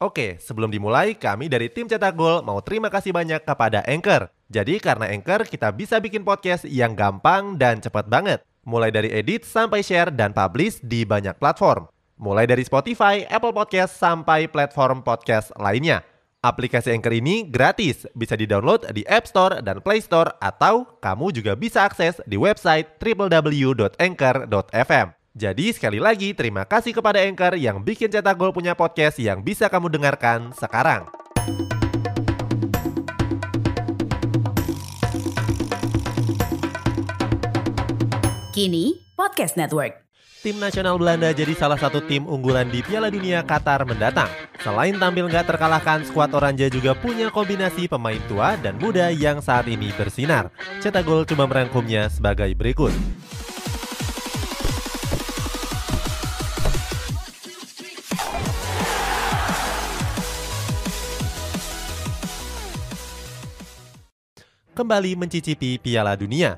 Oke, sebelum dimulai, kami dari tim Cetak Gol mau terima kasih banyak kepada Anchor. Jadi karena Anchor, kita bisa bikin podcast yang gampang dan cepat banget. Mulai dari edit sampai share dan publish di banyak platform. Mulai dari Spotify, Apple Podcast, sampai platform podcast lainnya. Aplikasi Anchor ini gratis, bisa di-download di App Store dan Play Store, atau kamu juga bisa akses di website www.anchor.fm. Jadi sekali lagi terima kasih kepada Anchor yang bikin Cetak Gol punya podcast yang bisa kamu dengarkan sekarang. Kini Podcast Network. Tim nasional Belanda jadi salah satu tim unggulan di Piala Dunia Qatar mendatang. Selain tampil nggak terkalahkan, skuad Oranje juga punya kombinasi pemain tua dan muda yang saat ini bersinar. Cetak Gol coba merangkumnya sebagai berikut. Kembali mencicipi Piala Dunia.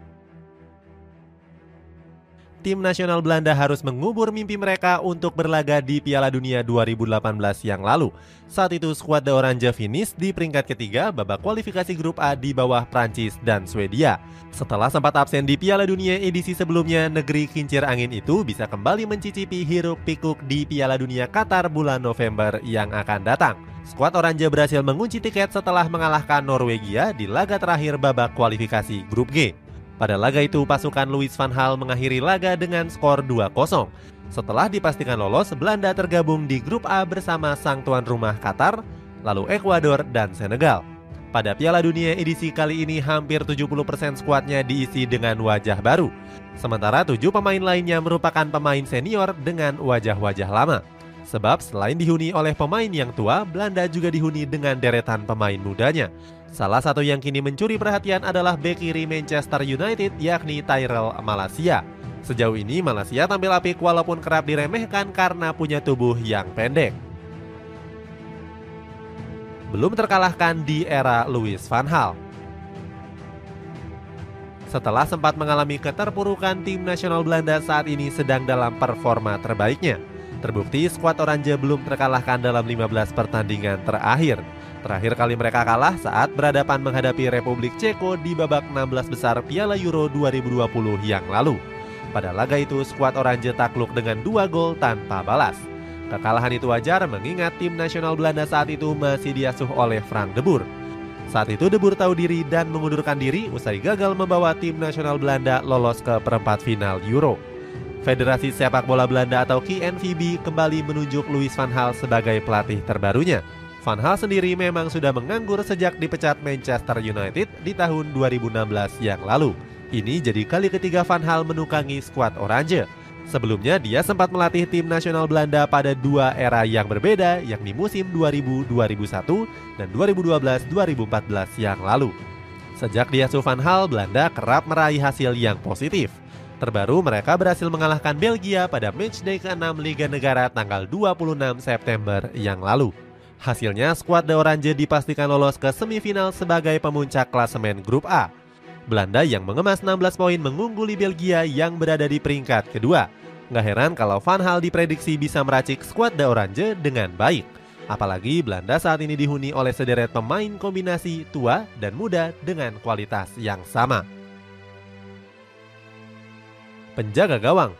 Tim nasional Belanda harus mengubur mimpi mereka untuk berlaga di Piala Dunia 2018 yang lalu. Saat itu skuad The Orange finish di peringkat ketiga babak kualifikasi grup A di bawah Prancis dan Swedia. Setelah sempat absen di Piala Dunia edisi sebelumnya, negeri kincir angin itu bisa kembali mencicipi hiruk pikuk di Piala Dunia Qatar bulan November yang akan datang. Skuad Oranje berhasil mengunci tiket setelah mengalahkan Norwegia di laga terakhir babak kualifikasi grup G. Pada laga itu, pasukan Louis van Gaal mengakhiri laga dengan skor 2-0. Setelah dipastikan lolos, Belanda tergabung di grup A bersama sang tuan rumah Qatar, lalu Ekuador dan Senegal. Pada Piala Dunia edisi kali ini, hampir 70% skuadnya diisi dengan wajah baru. Sementara 7 pemain lainnya merupakan pemain senior dengan wajah-wajah lama. Sebab selain dihuni oleh pemain yang tua, Belanda juga dihuni dengan deretan pemain mudanya. Salah satu yang kini mencuri perhatian adalah bek kiri Manchester United, yakni Tyrell Malacia. Sejauh ini Malacia tampil apik walaupun kerap diremehkan karena punya tubuh yang pendek. Belum terkalahkan di era Louis van Gaal. Setelah sempat mengalami keterpurukan, tim nasional Belanda saat ini sedang dalam performa terbaiknya. Terbukti skuad Oranje belum terkalahkan dalam 15 pertandingan terakhir. Terakhir kali mereka kalah saat berhadapan menghadapi Republik Ceko di babak 16 besar Piala Euro 2020 yang lalu. Pada laga itu, skuad Oranje takluk dengan 2 gol tanpa balas. Kekalahan itu wajar mengingat tim nasional Belanda saat itu masih diasuh oleh Frank de Boer. Saat itu de Boer tahu diri dan mengundurkan diri usai gagal membawa tim nasional Belanda lolos ke perempat final Euro. Federasi Sepak Bola Belanda atau KNVB kembali menunjuk Louis van Gaal sebagai pelatih terbarunya. Van Gaal sendiri memang sudah menganggur sejak dipecat Manchester United di tahun 2016 yang lalu. Ini jadi kali ketiga Van Gaal menukangi skuad Oranje. Sebelumnya dia sempat melatih tim nasional Belanda pada 2 era yang berbeda, yakni musim 2000-2001 dan 2012-2014 yang lalu. Sejak diasuh Van Gaal, Belanda kerap meraih hasil yang positif. Terbaru, mereka berhasil mengalahkan Belgia pada matchday ke-6 Liga Negara tanggal 26 September yang lalu. Hasilnya, skuad The Orange dipastikan lolos ke semifinal sebagai pemuncak klasemen grup A. Belanda yang mengemas 16 poin mengungguli Belgia yang berada di peringkat kedua. Nggak heran kalau Van Gaal diprediksi bisa meracik skuad The Orange dengan baik. Apalagi Belanda saat ini dihuni oleh sederet pemain kombinasi tua dan muda dengan kualitas yang sama. Penjaga gawang.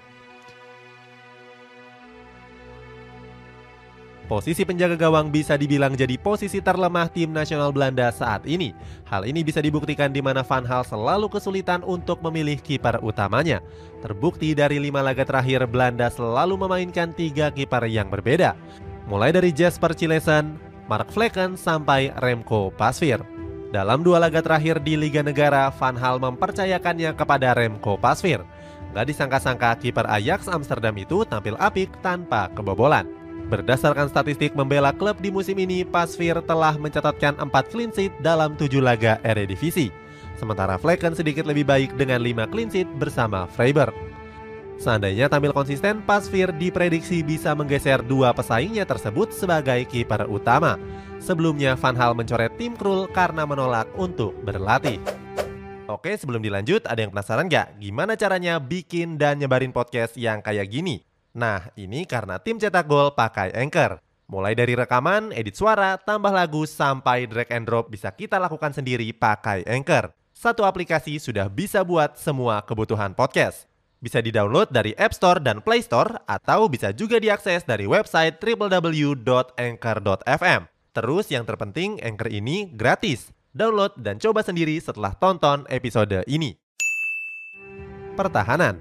Posisi penjaga gawang bisa dibilang jadi posisi terlemah tim nasional Belanda saat ini. Hal ini bisa dibuktikan di mana Van Gaal selalu kesulitan untuk memilih kiper utamanya. Terbukti dari 5 laga terakhir, Belanda selalu memainkan 3 kiper yang berbeda. Mulai dari Jesper Cillessen, Mark Vlekken, sampai Remco Pasveer. Dalam 2 laga terakhir di Liga Negara, Van Gaal mempercayakannya kepada Remco Pasveer. Gak disangka-sangka kiper Ajax Amsterdam itu tampil apik tanpa kebobolan. Berdasarkan statistik membela klub di musim ini, Pasveer telah mencatatkan 4 clean sheet dalam 7 laga Eredivisie. Sementara Vlekken sedikit lebih baik dengan 5 clean sheet bersama Freiburg. Seandainya tampil konsisten, Pasveer diprediksi bisa menggeser 2 pesaingnya tersebut sebagai kiper utama. Sebelumnya Van Gaal mencoret Tim Krul karena menolak untuk berlatih. Oke, sebelum dilanjut, ada yang penasaran gak gimana caranya bikin dan nyebarin podcast yang kayak gini? Nah, ini karena tim Cetak Gol pakai Anchor. Mulai dari rekaman, edit suara, tambah lagu, sampai drag and drop bisa kita lakukan sendiri pakai Anchor. Satu aplikasi sudah bisa buat semua kebutuhan podcast. Bisa di-download dari App Store dan Play Store, atau bisa juga diakses dari website www.anchor.fm. Terus yang terpenting, Anchor ini gratis. Download dan coba sendiri setelah tonton episode ini. Pertahanan.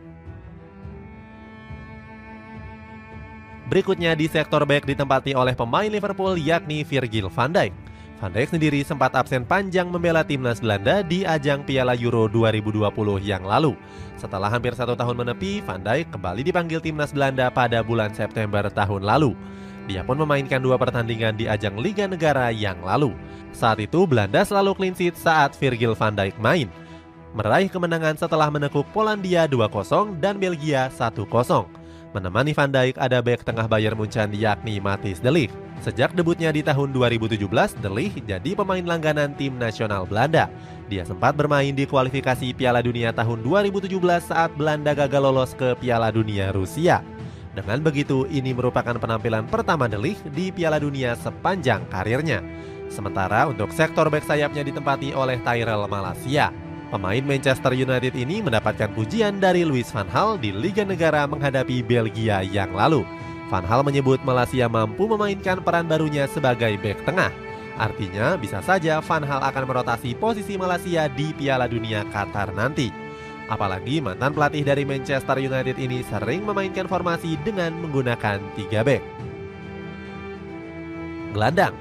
Berikutnya di sektor back ditempati oleh pemain Liverpool yakni Virgil van Dijk. Van Dijk sendiri sempat absen panjang membela timnas Belanda di ajang Piala Euro 2020 yang lalu. Setelah hampir 1 tahun menepi, Van Dijk kembali dipanggil timnas Belanda pada bulan September tahun lalu. Dia pun memainkan 2 pertandingan di ajang Liga Negara yang lalu. Saat itu Belanda selalu clean sheet saat Virgil van Dijk main, meraih kemenangan setelah menekuk Polandia 2-0 dan Belgia 1-0. Menemani Van Dijk ada bek tengah Bayern Munchen yakni Matthijs de Ligt. Sejak debutnya di tahun 2017, de Ligt jadi pemain langganan tim nasional Belanda. Dia sempat bermain di kualifikasi Piala Dunia tahun 2017 saat Belanda gagal lolos ke Piala Dunia Rusia. Dengan begitu, ini merupakan penampilan pertama de Ligt di Piala Dunia sepanjang karirnya. Sementara untuk sektor bek sayapnya ditempati oleh Tyrell Malacia. Pemain Manchester United ini mendapatkan pujian dari Louis van Gaal di Liga Negara menghadapi Belgia yang lalu. Van Gaal menyebut Malacia mampu memainkan peran barunya sebagai bek tengah. Artinya bisa saja Van Gaal akan merotasi posisi Malacia di Piala Dunia Qatar nanti. Apalagi mantan pelatih dari Manchester United ini sering memainkan formasi dengan menggunakan 3 bek. Gelandang.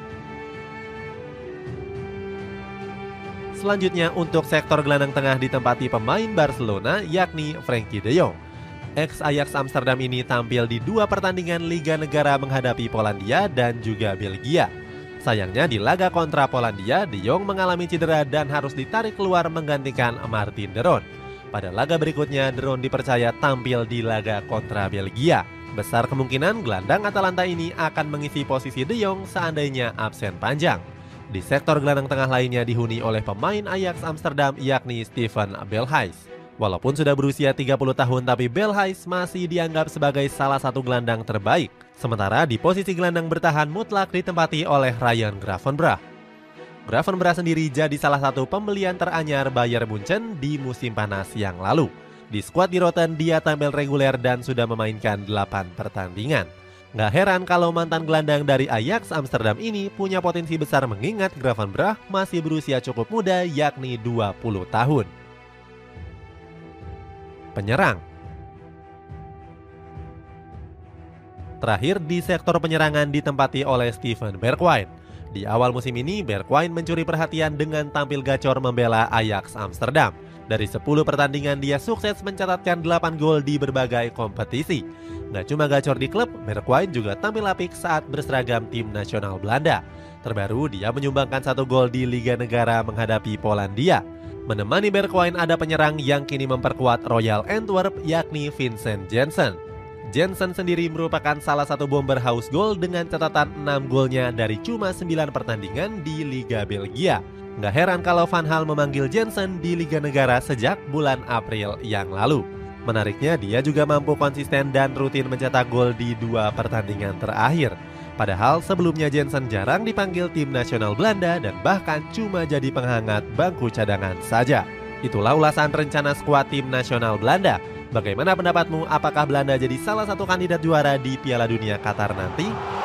Selanjutnya untuk sektor gelandang tengah ditempati pemain Barcelona yakni Frenkie de Jong. Ex-Ajax Amsterdam ini tampil di 2 pertandingan Liga Negara menghadapi Polandia dan juga Belgia. Sayangnya di laga kontra Polandia, de Jong mengalami cedera dan harus ditarik keluar menggantikan Martin de Roon. Pada laga berikutnya, de Roon dipercaya tampil di laga kontra Belgia. Besar kemungkinan gelandang Atalanta ini akan mengisi posisi de Jong seandainya absen panjang. Di sektor gelandang tengah lainnya dihuni oleh pemain Ajax Amsterdam yakni Steven Berghuis. Walaupun sudah berusia 30 tahun tapi Berghuis masih dianggap sebagai salah satu gelandang terbaik. Sementara di posisi gelandang bertahan mutlak ditempati oleh Ryan Gravenberch. Gravenberch sendiri jadi salah satu pembelian teranyar Bayern Munchen di musim panas yang lalu. Di skuad di Rotten dia tampil reguler dan sudah memainkan 8 pertandingan. Nggak heran kalau mantan gelandang dari Ajax Amsterdam ini punya potensi besar mengingat Gravenberch masih berusia cukup muda yakni 20 tahun. Penyerang. Terakhir di sektor penyerangan ditempati oleh Steven Bergwijn. Di awal musim ini Bergwijn mencuri perhatian dengan tampil gacor membela Ajax Amsterdam. Dari 10 pertandingan dia sukses mencatatkan 8 gol di berbagai kompetisi. Nggak cuma gacor di klub, Bergwijn juga tampil apik saat berseragam tim nasional Belanda. Terbaru dia menyumbangkan 1 gol di Liga Negara menghadapi Polandia. Menemani Bergwijn ada penyerang yang kini memperkuat Royal Antwerp yakni Vincent Janssen. Janssen sendiri merupakan salah satu bomber haus gol dengan catatan 6 golnya dari cuma 9 pertandingan di Liga Belgia. Nggak heran kalau Van Gaal memanggil Janssen di Liga Negara sejak bulan April yang lalu. Menariknya dia juga mampu konsisten dan rutin mencetak gol di 2 pertandingan terakhir. Padahal sebelumnya Janssen jarang dipanggil tim nasional Belanda dan bahkan cuma jadi penghangat bangku cadangan saja. Itulah ulasan rencana skuad tim nasional Belanda. Bagaimana pendapatmu? Apakah Belanda jadi salah satu kandidat juara di Piala Dunia Qatar nanti?